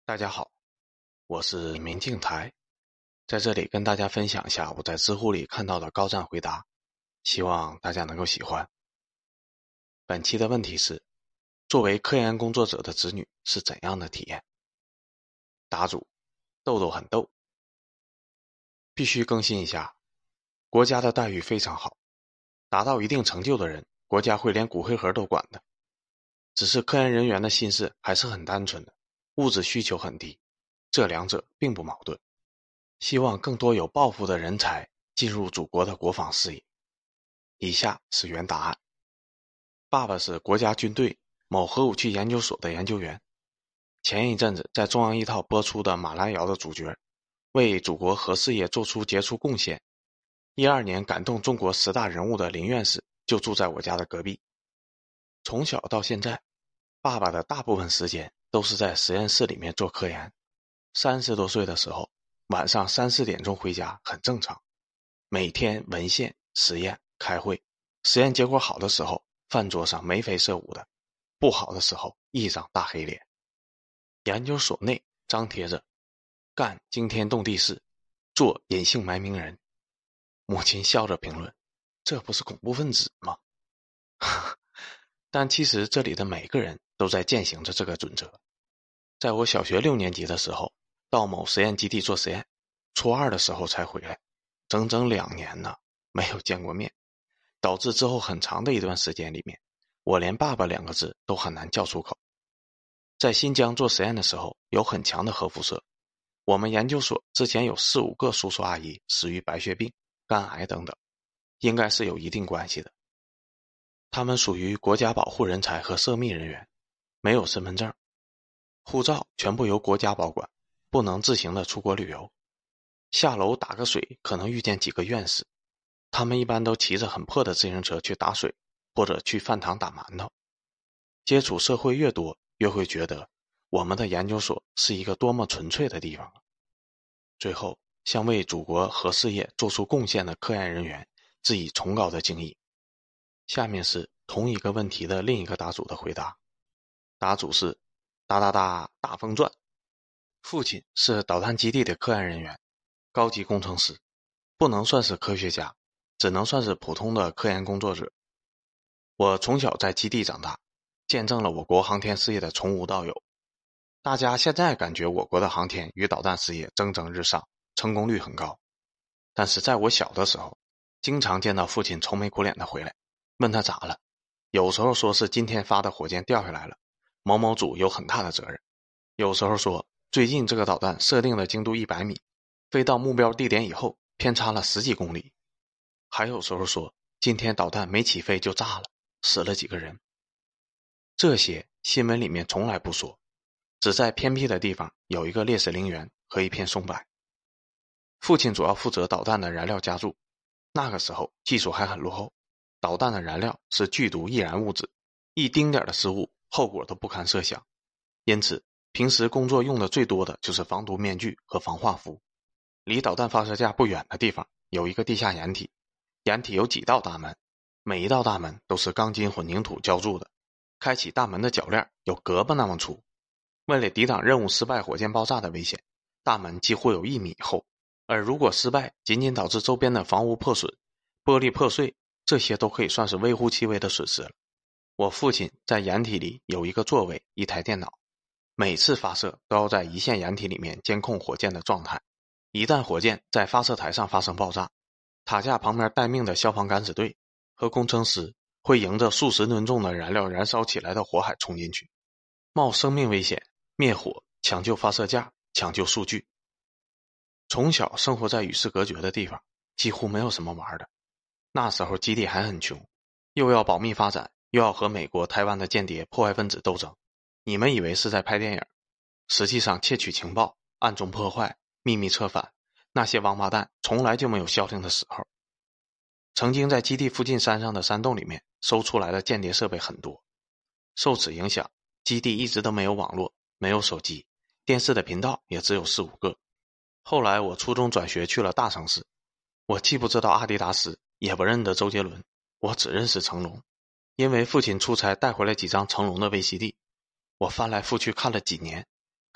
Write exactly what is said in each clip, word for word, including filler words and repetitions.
大家好，我是明镜台，在这里跟大家分享一下我在知乎里看到的高赞回答，希望大家能够喜欢。本期的问题是，作为科研工作者的子女是怎样的体验？答主：豆豆很逗。必须更新一下，国家的待遇非常好，达到一定成就的人，国家会连骨灰盒都管的。只是科研人员的心思还是很单纯的，物质需求很低，这两者并不矛盾。希望更多有抱负的人才进入祖国的国防事业。以下是原答案。爸爸是国家军队某核武器研究所的研究员，前一阵子在中央一套播出的马兰瑶的主角，为祖国核事业做出杰出贡献。一二年感动中国十大人物的林院士就住在我家的隔壁。从小到现在，爸爸的大部分时间都是在实验室里面做科研。三十多岁的时候，晚上三四点钟回家很正常，每天文献、实验、开会，实验结果好的时候，饭桌上眉飞色舞的，不好的时候一张大黑脸。研究所内张贴着干惊天动地事，做隐姓埋名人。母亲笑着评论，这不是恐怖分子吗？但其实这里的每个人都在践行着这个准则。在我小学六年级的时候，到某实验基地做实验，初二的时候才回来，整整两年呢，没有见过面，导致之后很长的一段时间里面，我连爸爸两个字都很难叫出口。在新疆做实验的时候，有很强的核辐射，我们研究所之前有四五个叔叔阿姨死于白血病、肝癌等等，应该是有一定关系的。他们属于国家保护人才和涉密人员，没有身份证，护照全部由国家保管，不能自行的出国旅游。下楼打个水可能遇见几个院士，他们一般都骑着很破的自行车去打水，或者去饭堂打馒头。接触社会越多，越会觉得我们的研究所是一个多么纯粹的地方。最后向为祖国核事业做出贡献的科研人员致以崇高的敬意。下面是同一个问题的另一个答主的回答。答主是哒哒哒大风传。父亲是导弹基地的科研人员，高级工程师，不能算是科学家，只能算是普通的科研工作者。我从小在基地长大，见证了我国航天事业的从无到有。大家现在感觉我国的航天与导弹事业蒸蒸日上，成功率很高。但是在我小的时候，经常见到父亲愁眉苦脸的回来，问他咋了，有时候说是今天发的火箭掉下来了，某某组有很大的责任，有时候说最近这个导弹设定的精度一百米，飞到目标地点以后偏差了十几公里，还有时候说今天导弹没起飞就炸了，死了几个人。这些新闻里面从来不说，只在偏僻的地方有一个烈士陵园和一片松柏。父亲主要负责导弹的燃料加注，那个时候技术还很落后，导弹的燃料是剧毒易燃物质，一丁点的失误后果都不堪设想。因此平时工作用的最多的就是防毒面具和防化服。离导弹发射架不远的地方有一个地下掩体，掩体有几道大门，每一道大门都是钢筋混凝土浇筑的，开启大门的铰链有胳膊那么粗。为了抵挡任务失败火箭爆炸的危险，大门几乎有一米厚，而如果失败仅仅导致周边的房屋破损、玻璃破碎，这些都可以算是微乎其微的损失了。我父亲在掩体里有一个座位，一台电脑，每次发射都要在一线掩体里面监控火箭的状态。一旦火箭在发射台上发生爆炸，塔架旁边待命的消防敢死队和工程师会迎着数十吨重的燃料燃烧起来的火海冲进去，冒生命危险灭火，抢救发射架，抢救数据。从小生活在与世隔绝的地方，几乎没有什么玩的。那时候基地还很穷，又要保密发展，又要和美国、台湾的间谍、破坏分子斗争。你们以为是在拍电影，实际上窃取情报、暗中破坏、秘密策反，那些王八蛋从来就没有消停的时候。曾经在基地附近山上的山洞里面搜出来的间谍设备很多，受此影响，基地一直都没有网络，没有手机，电视的频道也只有四五个。后来我初中转学去了大城市，我既不知道阿迪达斯，也不认得周杰伦，我只认识成龙。因为父亲出差带回来几张成龙的 V C D， 我翻来覆去看了几年，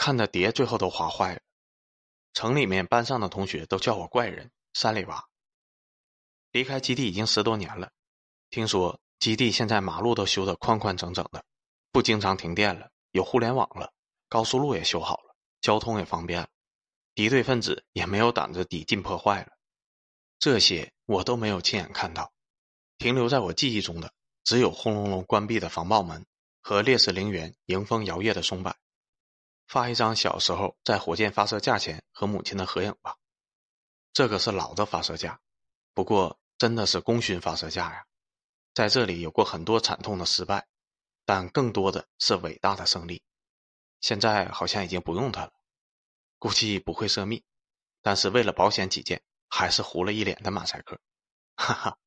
看着碟最后都划坏了。城里面班上的同学都叫我怪人、山里娃。离开基地已经十多年了，听说基地现在马路都修得宽宽整整的，不经常停电了，有互联网了，高速路也修好了，交通也方便了，敌对分子也没有胆子抵近破坏了。这些我都没有亲眼看到，停留在我记忆中的只有轰隆隆关闭的防爆门和烈士陵园迎风摇曳的松柏。发一张小时候在火箭发射架前和母亲的合影吧。这个是老的发射架，不过真的是功勋发射架呀。在这里有过很多惨痛的失败，但更多的是伟大的胜利。现在好像已经不用它了，估计不会涉密，但是为了保险起见，还是糊了一脸的马赛克。哈哈。